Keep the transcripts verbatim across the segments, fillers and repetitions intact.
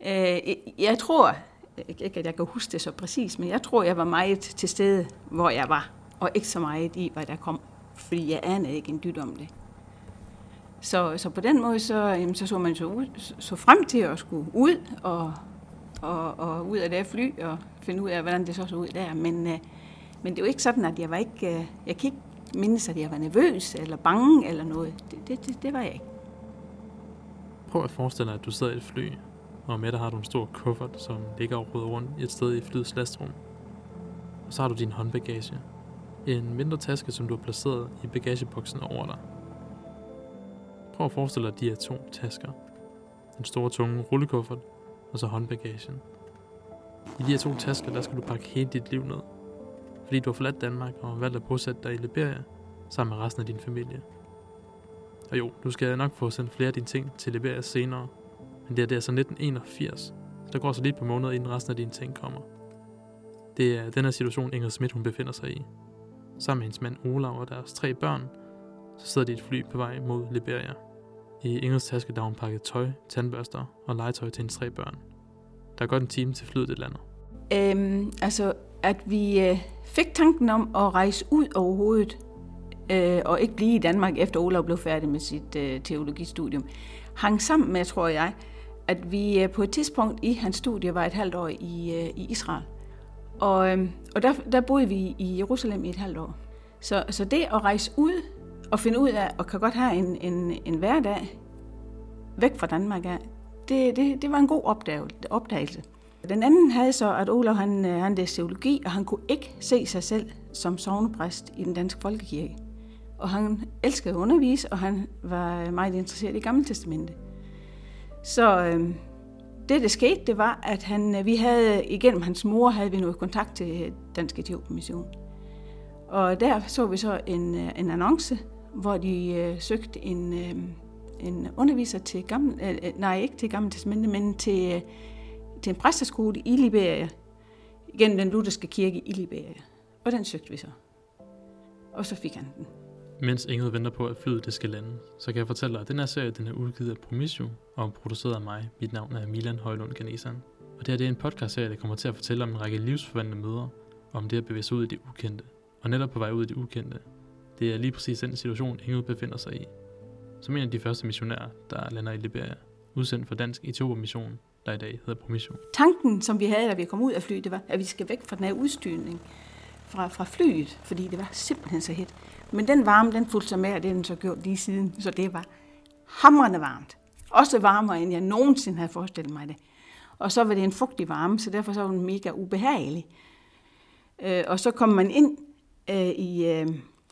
Øh, jeg tror, ikke at jeg kan huske det så præcis, men jeg tror, jeg var meget til stede, hvor jeg var, og ikke så meget i, hvad der kom, fordi jeg anede ikke en dyt om det. Så, så på den måde, så, jamen, så så man så, ud, så frem til at skulle ud, og, og, og ud af det fly, og finde ud af, hvordan det så så ud der. Men, øh, men det er jo ikke sådan, at jeg var ikke, øh, jeg kan ikke mindes, at jeg var nervøs, eller bange, eller noget. Det, det, det, det var jeg ikke. Prøv at forestille dig, at du sidder i et fly, og med dig har du en stor kuffert, som ligger og ruder rundt et sted i flyets lastrum. Og så har du din håndbagage. En mindre taske, som du har placeret i bagageboksen over dig. Prøv at forestille dig de her to tasker. Den store, tunge rullekuffert, og så håndbagagen. I de her to tasker, der skal du pakke hele dit liv ned. Fordi du har forladt Danmark og valgt at bosætte dig i Liberia, sammen med resten af din familie. Og jo, du skal nok få sendt flere af dine ting til Liberia senere, men det er, det er så nitten enogfirs, så der går så lidt på måneder, inden resten af dine ting kommer. Det er den her situation, Ingrid Schmidt hun befinder sig i. Sammen med hendes mand Olav og deres tre børn, så sidder de i et fly på vej mod Liberia. I Ingrids taske der har hun pakket tøj, tandbørster og legetøj til hendes tre børn. Der er godt en time til flyet det lander. Øhm, altså, at vi øh, fik tanken om at rejse ud overhovedet, øh, og ikke blive i Danmark, efter Olav blev færdig med sit øh, teologistudium, hang sammen med, tror jeg, at vi øh, på et tidspunkt i hans studie var et halvt år i, øh, i Israel. Og, øh, og der, der boede vi i Jerusalem i et halvt år. Så, så det at rejse ud og finde ud af, og kan godt have en, en, en hverdag væk fra Danmark af, det, det, det var en god opdagelse. Den anden havde så, at Olav han, han læste teologi, og han kunne ikke se sig selv som sognepræst i den danske folkekirke. Og han elskede at undervise, og han var meget interesseret i Gamle Testamente. Så øh, det, der skete, det var, at han, vi havde, igennem hans mor havde vi noget kontakt til Dansk Etiopien-mission. Og der så vi så en, en annonce, hvor de øh, søgte en, øh, en underviser til Gamle, øh, nej ikke til Gamle Testamente, men til, øh, til en præsteskole i Liberia, gennem den lutherske kirke i Liberia. Og den søgte vi så. Og så fik han den. Mens Ingrid venter på, at flyet det skal lande, så kan jeg fortælle dig, at den her serie den er udgivet af Promisio og produceret af mig. Mit navn er Milan Højlund Ganesan. Og det her det er en podcastserie, der kommer til at fortælle om en række livsforvandlende møder, om det at bevæge sig ud i det ukendte. Og netop på vej ud i det ukendte. Det er lige præcis den situation, Ingrid befinder sig i. Som en af de første missionærer, der lander i Liberia, udsendt for Dansk Etiopien-mission, der i dag hedder Promisio. Tanken, som vi havde, da vi kom ud af flyet, det var, at vi skal væk fra den her udstyrning fra, fra flyet, fordi det var simpelthen så hit. Men den varme, den fulgte sig med, og det har den så gjort lige siden, så det var hamrende varmt. Også varmere, end jeg nogensinde havde forestillet mig det. Og så var det en fugtig varme, så derfor så var den mega ubehagelig. Øh, og så kom man ind øh, i, øh,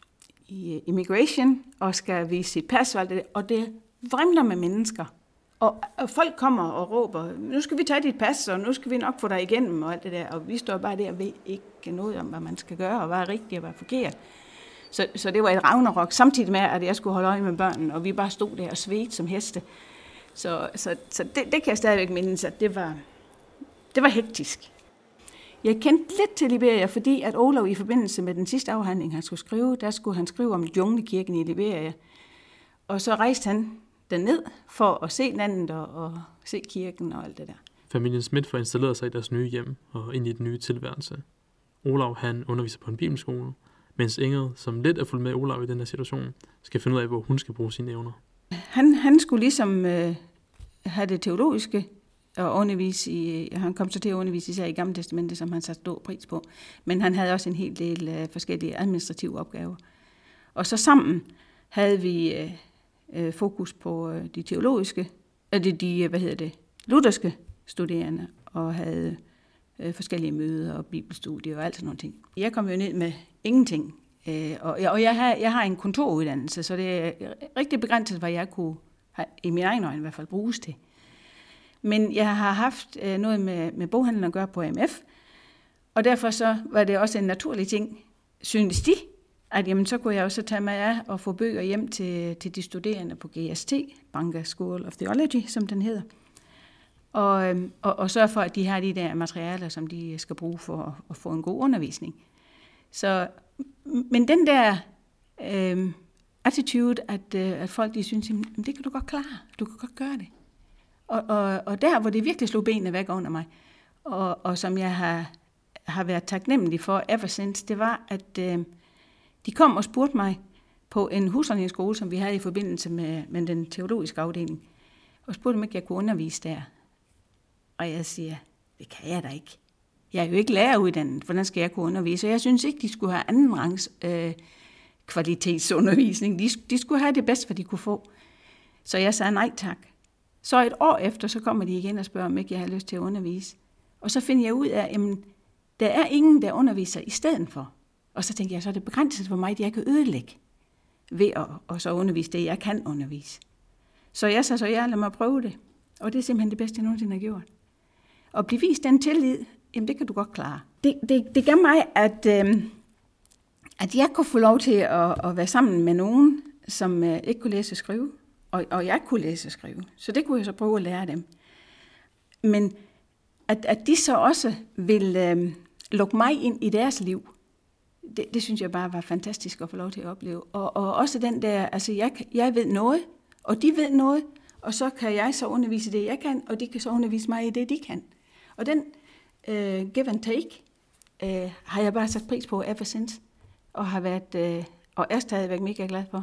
i immigration og skal vise sit pas, og det, og det vrimler med mennesker. Og, og folk kommer og råber, nu skal vi tage dit pas, og nu skal vi nok få dig igennem, og alt det der. Og vi står bare der og ved ikke noget om, hvad man skal gøre, og hvad er rigtigt og hvad er forkert. Så, så det var et ragnarok, samtidig med, at jeg skulle holde øje med børnene, og vi bare stod der og svedte som heste. Så, så, så det, det kan jeg stadigvæk mindes, at det var, det var hektisk. Jeg kendte lidt til Liberia, fordi at Olav i forbindelse med den sidste afhandling, han skulle skrive, der skulle han skrive om junglekirken i Liberia. Og så rejste han derned for at se landet og, og se kirken og alt det der. Familien Schmidt får installeret sig i deres nye hjem og ind i den nye tilværelse. Olav han underviser på en bibelskole, mens Ingrid, som lidt er fuldt med Olav i den her situation, skal finde ud af, hvor hun skal bruge sine evner. Han, han skulle ligesom øh, have det teologiske og undervise i, han kom så til at undervise især i Gamle Testamente, som han satte stor pris på, men han havde også en hel del øh, forskellige administrative opgaver. Og så sammen havde vi øh, øh, fokus på øh, de teologiske, øh, de, de, hvad hedder det, lutherske studerende, og havde øh, forskellige møder og bibelstudier og alt sådan nogle ting. Jeg kom jo ned med ingenting, øh, og, og jeg, har, jeg har en kontoruddannelse, så det er rigtig begrænset, hvad jeg kunne, have, i min egen øjne i hvert fald, bruges til. Men jeg har haft øh, noget med, med boghandlen at gøre på A M F, og derfor så var det også en naturlig ting, synes de, at jamen, så kunne jeg også tage mig af og få bøger hjem til, til de studerende på G S T, Bangor School of Theology, som den hedder, og, og, og sørge for, at de har de der materialer, som de skal bruge for at, at få en god undervisning. Så, men den der øh, attitude, at, at folk de synes, jamen, det kan du godt klare, du kan godt gøre det. Og, og, og der, hvor det virkelig slog benene væk under mig, og, og som jeg har, har været taknemmelig for ever since, det var, at øh, de kom og spurgte mig på en husholdningsskole, som vi havde i forbindelse med, med den teologiske afdeling, og spurgte om ikke jeg kunne undervise der. Og jeg siger, det kan jeg da ikke. Jeg er jo ikke læreruddannet, hvordan skal jeg kunne undervise? Og jeg synes ikke, de skulle have anden rangs øh, kvalitetsundervisning. De, de skulle have det bedste, hvad de kunne få. Så jeg sagde nej tak. Så et år efter, så kommer de igen og spørger, om ikke jeg har lyst til at undervise. Og så finder jeg ud af, at der er ingen, der underviser i stedet for. Og så tænker jeg, så er det begrænset, hvor meget jeg kan ødelægge ved at og så undervise det, jeg kan undervise. Så jeg sagde så, jeg lader mig prøve det. Og det er simpelthen det bedste, jeg nogensinde har gjort. Og blive vist den tillid, jamen det kan du godt klare. Det, det, det gav mig, at, øh, at jeg kunne få lov til at, at være sammen med nogen, som øh, ikke kunne læse og skrive. Og, og jeg kunne læse og skrive. Så det kunne jeg så prøve at lære dem. Men at, at de så også ville øh, lukke mig ind i deres liv, det, det synes jeg bare var fantastisk at få lov til at opleve. Og, og også den der, altså jeg, jeg ved noget, og de ved noget, og så kan jeg så undervise det, jeg kan, og de kan så undervise mig i det, de kan. Og den uh, give and take uh, har jeg bare sat pris på ever since, og har været, uh, og er stadigvæk mega glad for.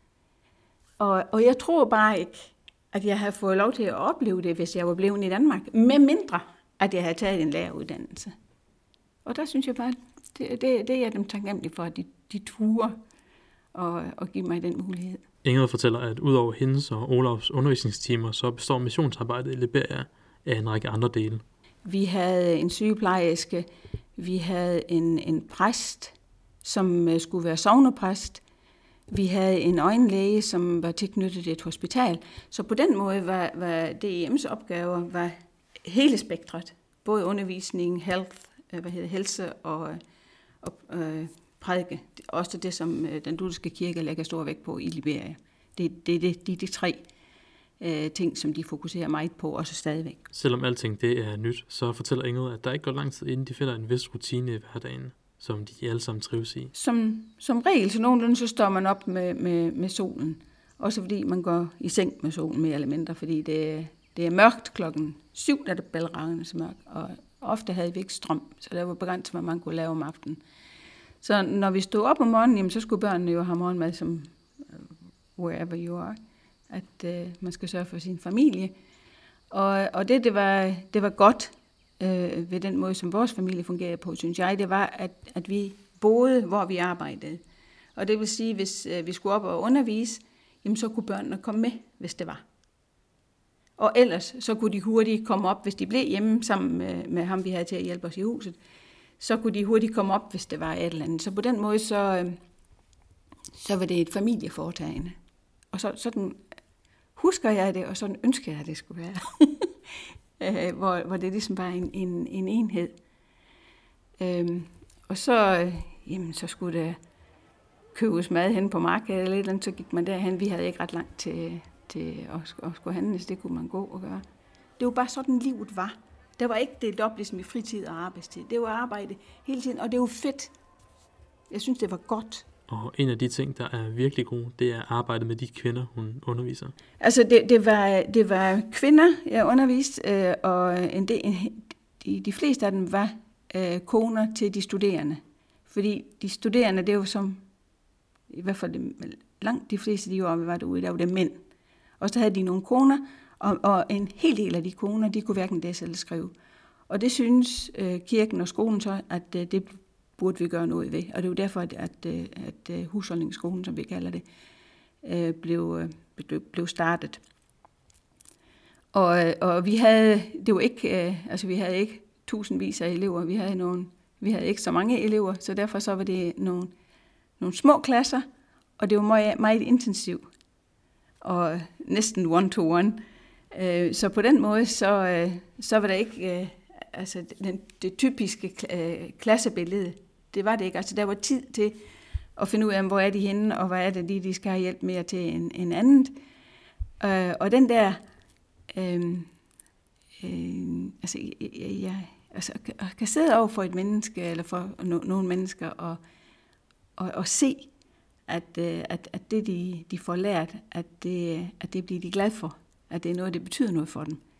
Og, og jeg tror bare ikke, at jeg havde fået lov til at opleve det, hvis jeg var blevet i Danmark, med mindre, at jeg havde taget en læreruddannelse. Og der synes jeg bare, det, det, det er jeg dem taknemmelig for, at de, de turer og, og give mig den mulighed. Ingrid fortæller, at udover hendes og Olavs undervisningstimer, så består missionsarbejdet i Liberia af en række andre dele. Vi havde en sygeplejerske, vi havde en, en præst, som skulle være sognepræst, vi havde en øjenlæge, som var tilknyttet et hospital. Så på den måde var, var D E M's opgaver var hele spektret. Både undervisning, health, hvad hedder, helse og, og øh, prædike. Også det, som den lutherske kirke lægger stor vægt på i Liberia. Det, det, det, de er de tre øh, ting, som de fokuserer meget på, også stadigvæk. Selvom alting det er nyt, så fortæller Ingrid, at der ikke går lang tid, inden de finder en vis rutine i hverdagen, som de alle sammen trives i. Som, som regel, så nogenlunde, så står man op med, med, med solen. Også fordi man går i seng med solen mere eller mindre, fordi det, det er mørkt klokken syv, da det bælragende så mørkt. Og ofte havde vi ikke strøm, så der var begrænset, hvad man kunne lave om aftenen. Så når vi stod op om morgenen, jamen, så skulle børnene jo have morgenmad som uh, wherever you are. At uh, man skal sørge for sin familie. Og, og det, det var, det var godt øh, ved den måde, som vores familie fungerede på, synes jeg, det var, at, at vi boede, hvor vi arbejdede. Og det vil sige, hvis øh, vi skulle op og undervise, jamen, så kunne børnene komme med, hvis det var. Og ellers, så kunne de hurtigt komme op, hvis de blev hjemme sammen med, med ham, vi havde til at hjælpe os i huset. Så kunne de hurtigt komme op, hvis det var et eller andet. Så på den måde, så, øh, så var det et familieforetagende. Og så, sådan husker jeg det, og sådan ønsker jeg, at det skulle være. hvor, hvor det ligesom bare en, en, en enhed. Øhm, og så, øh, jamen, så skulle der købes mad hen på markedet, eller et eller andet, så gik man derhen. Vi havde ikke ret langt til, til at, at skulle handle, så det kunne man gå og gøre. Det var bare sådan, livet var. Der var ikke delt op ligesom i fritid og arbejdstid. Det var arbejde hele tiden, og det var fedt. Jeg synes, det var godt. Og en af de ting, der er virkelig gode, det er arbejdet med de kvinder, hun underviser. Altså, det, det, var, det var kvinder, jeg underviste, øh, og en del, de, de fleste af dem var øh, koner til de studerende. Fordi de studerende, det var som, i hvert fald det, langt de fleste de år, vi var derude, der var det mænd. Og så havde de nogle koner, og, og en hel del af de koner, de kunne hverken læse eller skrive. Og det synes øh, kirken og skolen så, at øh, det burde vi gøre noget ved. Og det er jo derfor, at, at, at husholdningsskolen, som vi kalder det, blev, blev startet. Og, og vi havde, det var ikke, altså vi havde ikke tusindvis af elever, vi havde, nogle, vi havde ikke så mange elever, så derfor så var det nogle, nogle små klasser, og det var meget, meget intensivt, og næsten one-to-one. Så på den måde, så, så var der ikke, altså det, det typiske klassebillede, det var det ikke. Altså der var tid til at finde ud af, hvor er de henne, og hvad er det lige, de skal have hjælp mere til en, en andet. Øh, og den der, øh, øh, altså jeg, jeg altså, kan sidde over for et menneske, eller for no, nogle mennesker, og, og, og se, at, at, at det, de, de får lært, at det, at det bliver de glade for. At det er noget, det betyder noget for dem.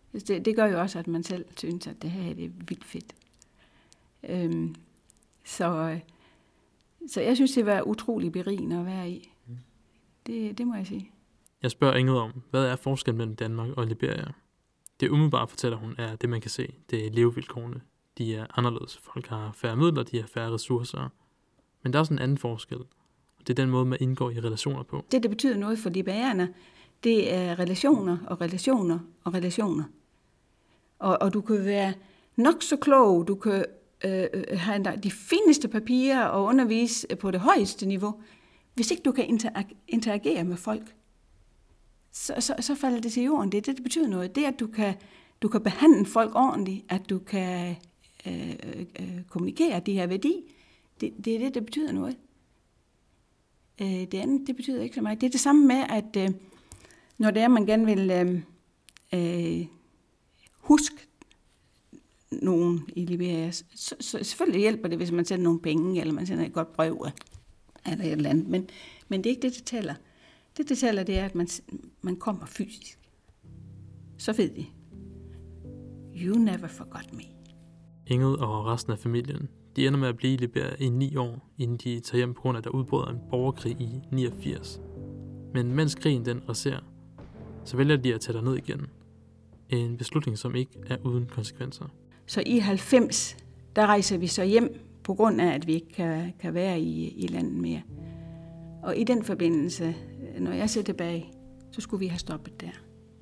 Det, det gør jo også, at man selv synes, at det her det er vildt fedt. Øhm, så, så jeg synes, det var utrolig berigende at være i. Det, det må jeg sige. Jeg spørger Ingrid om, hvad er forskellen mellem Danmark og Liberia? Det umiddelbart fortæller hun er det, man kan se. Det er levevilkårene. De er anderledes. Folk har færre midler, de har færre ressourcer. Men der er også en anden forskel. Og det er den måde, man indgår i relationer på. Det, der betyder noget for liberianerne, det er relationer og relationer og relationer. Og, og du kan være nok så klog, du kan øh, have de fineste papirer og undervise på det højeste niveau. Hvis ikke du kan interag- interagere med folk, så, så, så falder det til jorden. Det er det, der betyder noget. Det er, at du kan, du kan behandle folk ordentligt, at du kan øh, øh, kommunikere de her værdi. Det, det er det, der betyder noget. Øh, det andet, det betyder ikke så meget. Det er det samme med, at øh, når det er, man gerne vil øh, øh, huske nogen i Liberia, så, så selvfølgelig hjælper det, hvis man sender nogle penge, eller man sender et godt brev, eller et eller andet. Men, men det er ikke det, det tæller. Det, det tæller, det er, at man, man kommer fysisk. Så ved de. You never forgot me. Ingrid og resten af familien, de ender med at blive i Liberia i ni år, inden de tager hjem på grund af, at der udbryder en borgerkrig i niogfirs. Men mens krigen den raserer, så vælger de at tage derned igen. En beslutning, som ikke er uden konsekvenser. Så i halvfems, der rejser vi så hjem, på grund af, at vi ikke kan, kan være i, i landet mere. Og i den forbindelse, når jeg ser tilbage, så skulle vi have stoppet der.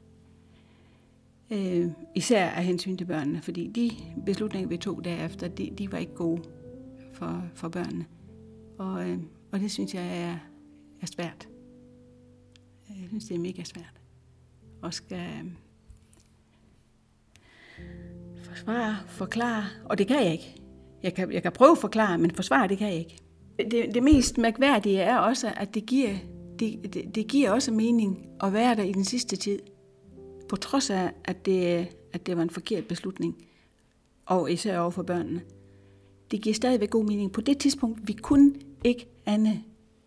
Øh, især af hensyn til børnene, fordi de beslutninger, vi tog derefter, de, de var ikke gode for, for børnene. Og, øh, og det synes jeg er, er svært. Jeg synes, det er mega svært. Og skal øh, forsvare, forklare, og det kan jeg ikke. Jeg kan, jeg kan prøve at forklare, men forsvare, det kan jeg ikke. Det, det mest mærkværdige er også, at det giver, det, det, det giver også mening at være der i den sidste tid. På trods af, at det, at det var en forkert beslutning, og især over for børnene. Det giver stadigvæk god mening. På det tidspunkt, vi kunne ikke andet.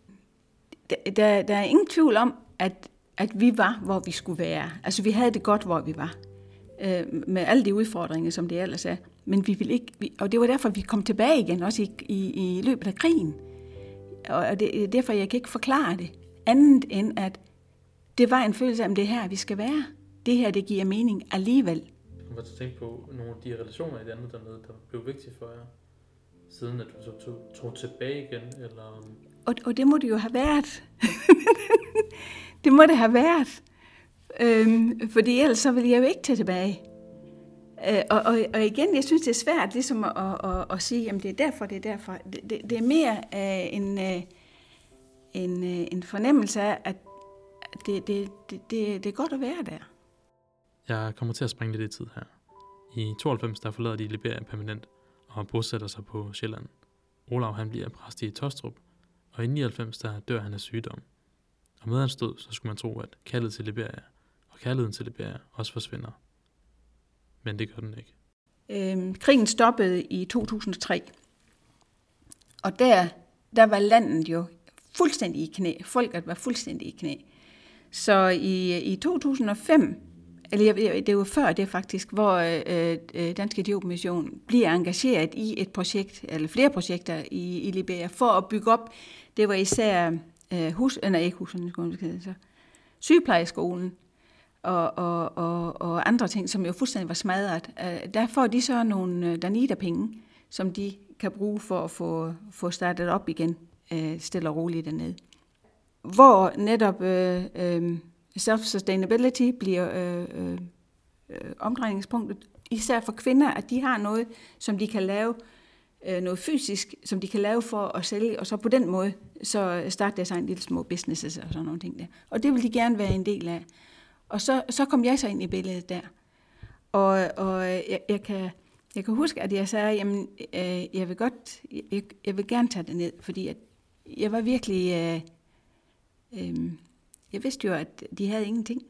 Der, der er ingen tvivl om, at, at vi var, hvor vi skulle være. Altså, vi havde det godt, hvor vi var. Øh, med alle de udfordringer, som det ellers er. Men vi ville ikke, vi, og det var derfor, vi kom tilbage igen, også i, i, i løbet af krigen. Og det er derfor, jeg kan ikke forklare det. Andet end, at det var en følelse af, at det er her, vi skal være. Det her, det giver mening alligevel. Jeg må tænke på nogle af de relationer i Danmark dernede, der blev vigtige for jer, siden at du så tog, tog tilbage igen, eller... Og, og det må det jo have været. Det må det have været. Øhm, fordi ellers så ville jeg jo ikke tage tilbage. Øh, og, og, og igen, jeg synes, det er svært ligesom at, at, at, at sige, jamen det er derfor, det er derfor. Det, det, det er mere øh, en, øh, en, øh, en fornemmelse af, at det, det, det, det, det er godt at være der. Jeg kommer til at springe lidt i tid her. I tooghalvfems der forlader de Liberia permanent og bosætter sig på Sjælland. Olav han bliver præst i Tostrup, og i nioghalvfems der dør han af sygdom. Og med hans død, så skulle man tro, at kaldet til Liberia og kærligheden til Liberia også forsvinder. Men det gør den ikke. Øhm, krigen stoppede i to tusind og tre, og der, der var landet jo fuldstændig i knæ. Folket var fuldstændig i knæ. Så i, i to tusind og fem, eller det var før det faktisk, hvor øh, Dansk Etiopien bliver engageret i et projekt, eller flere projekter i, i Liberia, for at bygge op. Det var især øh, hus, nej, ikke husene, så, sygeplejeskolen og, og, og, og andre ting, som jo fuldstændig var smadret. Øh, der får de så nogle Danida-penge, som de kan bruge for at få, få startet op igen, øh, stille og roligt dernede. Hvor netop øh, øh, self-sustainability bliver øh, øh, omdrejningspunktet, især for kvinder, at de har noget, som de kan lave, øh, noget fysisk, som de kan lave for at sælge, og så på den måde, så starte deres egen lille små businesses og sådan nogle ting der. Og det vil de gerne være en del af. Og så, så kom jeg så ind i billedet der. Og, og jeg, jeg, kan, jeg kan huske, at jeg sagde, jamen, øh, jeg vil godt, jeg, jeg vil gerne tage det ned, fordi at jeg var virkelig... Øh, øh, jeg vidste jo, at de havde ingenting.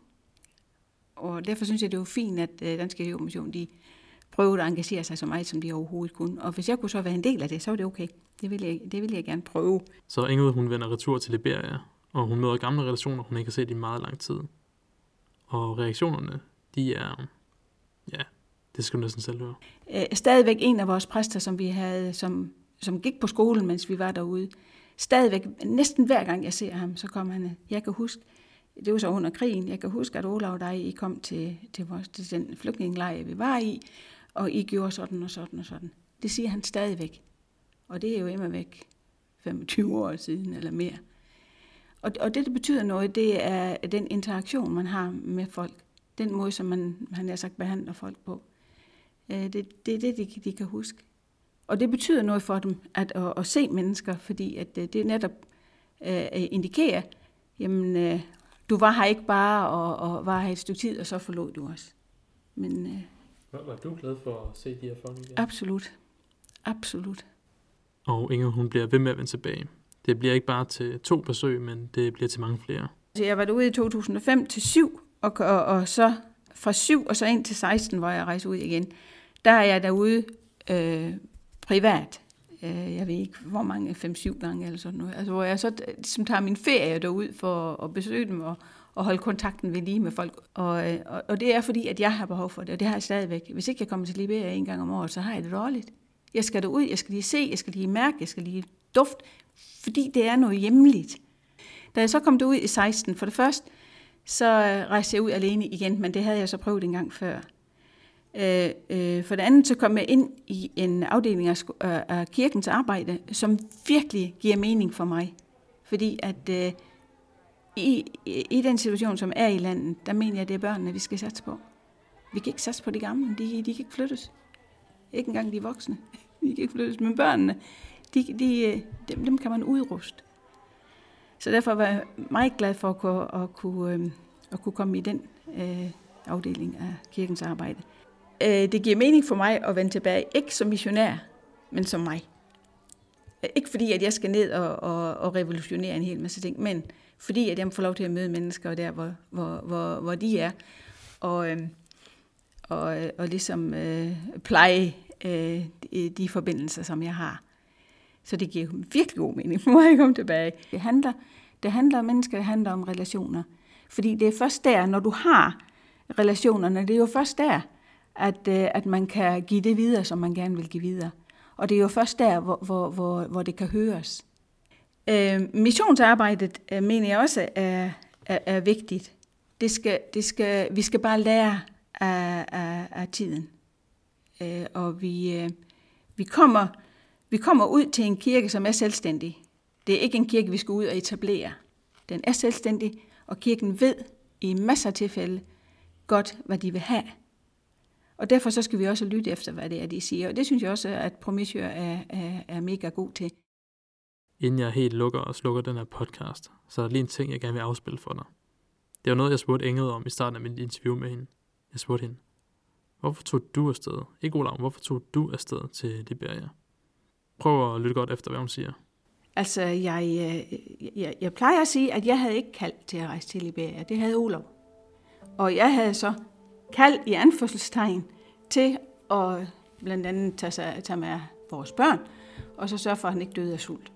Og derfor synes jeg, det var fint, at Dansk Etiopien, de prøvede at engagere sig så meget, som de overhovedet kunne. Og hvis jeg kunne så være en del af det, så var det okay. Det ville jeg, det ville jeg gerne prøve. Så Ingrid, hun vender retur til Liberia, og hun møder gamle relationer, hun ikke har set i meget lang tid. Og reaktionerne, de er Ja, det skulle du næsten selv høre. Øh, stadigvæk en af vores præster, som vi havde, som, som gik på skolen, mens vi var derude. Stadigvæk, næsten hver gang jeg ser ham, så kom han, jeg kan huske, det var så under krigen, jeg kan huske, at Olav og dig, I kom til, til, vores, til den flygtningelejr, vi var i, og I gjorde sådan og sådan og sådan. Det siger han stadigvæk. Og det er jo immervæk femogtyve år siden eller mere. Og, og det, der betyder noget, det er den interaktion, man har med folk. Den måde, som man, han har sagt, behandler folk på. Det, det er det, de, de kan huske. Og det betyder noget for dem, at, at, at se mennesker, fordi at det netop uh, indikerer, jamen, uh, du var her ikke bare og, og var her et stykke tid, og så forlod du os. Men, uh, var, var du glad for at se de her folk igen? Absolut. Absolut. Og Inger, hun bliver ved med at vende tilbage. Det bliver ikke bare til to besøg, men det bliver til mange flere. Så jeg var derude i to tusind og fem til syv, og, og, og så fra syv og så ind til seksten, hvor jeg rejste ud igen. Der er jeg derude øh, privat. Øh, jeg ved ikke, hvor mange, fem-syv gange eller sådan noget. Altså, hvor jeg så ligesom tager min ferie derud for at besøge dem og, og holde kontakten ved lige med folk. Og, og, og det er fordi, at jeg har behov for det, og det har jeg stadigvæk. Hvis ikke jeg kommer til Liberia en gang om året, så har jeg det dårligt. Jeg skal derud, jeg skal lige se, jeg skal lige mærke, jeg skal lige duft, fordi det er noget hjemligt. Da jeg så kom derud i seksten, for det første, så rejste jeg ud alene igen, men det havde jeg så prøvet en gang før. Øh, øh, for det andet, så kom jeg ind i en afdeling af, af kirkens arbejde, som virkelig giver mening for mig. Fordi at øh, i, i den situation, som er i landet, der mener jeg, det er børnene, vi skal satse på. Vi kan ikke satse på de gamle, de, de kan ikke flyttes. Ikke engang de voksne. De kan ikke flyttes, men børnene, de, de, dem, dem kan man udruste. Så derfor var jeg meget glad for at kunne, at kunne, at kunne komme i den øh, afdeling af kirkens arbejde. Øh, det giver mening for mig at vende tilbage, ikke som missionær, men som mig. Ikke fordi, at jeg skal ned og, og, og revolutionere en hel masse ting, men fordi, at jeg får lov til at møde mennesker der, hvor, hvor, hvor, hvor de er, og, øh, og, og ligesom øh, pleje øh, de, de forbindelser, som jeg har. Så det giver virkelig god mening for mig at komme tilbage. Det handler, det handler om mennesker, det handler om relationer. Fordi det er først der, når du har relationerne, det er jo først der, at, at man kan give det videre, som man gerne vil give videre. Og det er jo først der, hvor, hvor, hvor, hvor det kan høres. Øh, missionsarbejdet, øh, mener jeg også, er, er, er vigtigt. Det skal, det skal, vi skal bare lære af, af, af tiden. Øh, og vi, øh, vi kommer... Vi kommer ud til en kirke, som er selvstændig. Det er ikke en kirke, vi skal ud og etablere. Den er selvstændig, og kirken ved i masser af tilfælde godt, hvad de vil have. Og derfor så skal vi også lytte efter, hvad det er, de siger. Og det synes jeg også, at Promissør er, er, er mega god til. Inden jeg helt lukker og slukker den her podcast, så er der lige en ting, jeg gerne vil afspille for dig. Det var noget, jeg spurgte Ingrid om i starten af mit interview med hende. Jeg spurgte hende, hvorfor tog du afsted? Ikke Olav, hvorfor tog du afsted til Liberia? Prøv at lytte godt efter, hvad hun siger. Altså, jeg, jeg, jeg plejer at sige, at jeg havde ikke kaldt til at rejse til Liberia. Det havde Olav. Og jeg havde så kaldt i anførselstegn til at blandt andet tage, sig, tage med vores børn, og så sørge for, at han ikke døde af sult.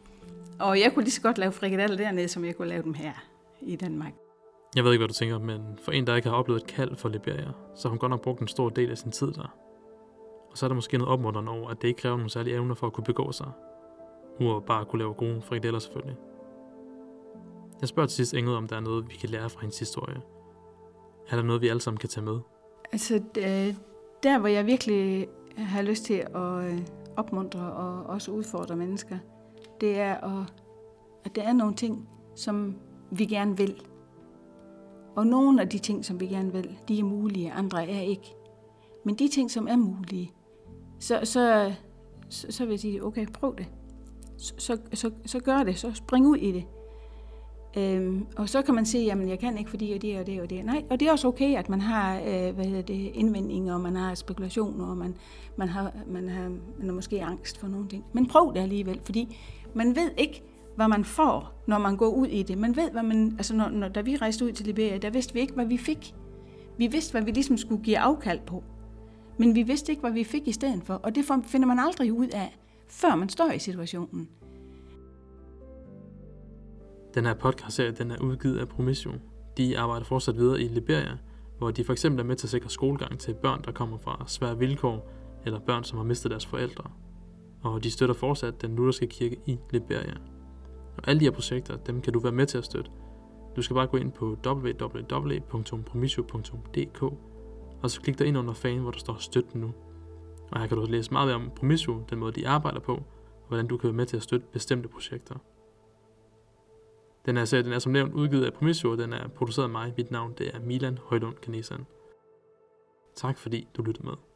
Og jeg kunne lige så godt lave frikadeller dernede, som jeg kunne lave dem her i Danmark. Jeg ved ikke, hvad du tænker, men for en, der ikke har oplevet et kald for Liberia, så har hun godt nok brugt en stor del af sin tid der. Og så er der måske noget opmuntrende over, at det ikke kræver nogle særlige evner for at kunne begå sig. Udover bare at kunne lave gode frikadeller selvfølgelig. Jeg spørger til sidst Ingrid, om der er noget, vi kan lære fra hendes historie. Er der noget, vi alle sammen kan tage med? Altså, der hvor jeg virkelig har lyst til at opmuntre og også udfordre mennesker, det er, at der er nogle ting, som vi gerne vil. Og nogle af de ting, som vi gerne vil, de er mulige, andre er ikke. Men de ting, som er mulige, så, så, så, så vil jeg sige, okay, prøv det. Så, så, så, så gør det, så spring ud i det. Øhm, og så kan man sige, jamen jeg kan ikke, fordi det og det og det. Nej, og det er også okay, at man har øh, hvad hedder det, indvendinger, og man har spekulationer, og man, man, har, man, har, man har måske angst for nogle ting. Men prøv det alligevel, fordi man ved ikke, hvad man får, når man går ud i det. Man ved, hvad man, altså når, når, da vi rejste ud til Liberia, der vidste vi ikke, hvad vi fik. Vi vidste, hvad vi ligesom skulle give afkald på. Men vi vidste ikke, hvad vi fik i stedet for, og det finder man aldrig ud af, før man står i situationen. Den her podcast-serie, den er udgivet af Promissio. De arbejder fortsat videre i Liberia, hvor de for eksempel er med til at sikre skolegang til børn, der kommer fra svære vilkår, eller børn, som har mistet deres forældre. Og de støtter fortsat den lutherske kirke i Liberia. Og alle de her projekter, dem kan du være med til at støtte. Du skal bare gå ind på w w w punktum promisio punktum d k, og så klik dig ind under fanen, hvor der står støt nu. Og her kan du læse meget mere om Promisio, den måde de arbejder på, og hvordan du kan være med til at støtte bestemte projekter. Den her serie, den er som nævnt udgivet af Promisio, og den er produceret af mig. Mit navn det er Milan Højlund Kanesan. Tak fordi du lyttede med.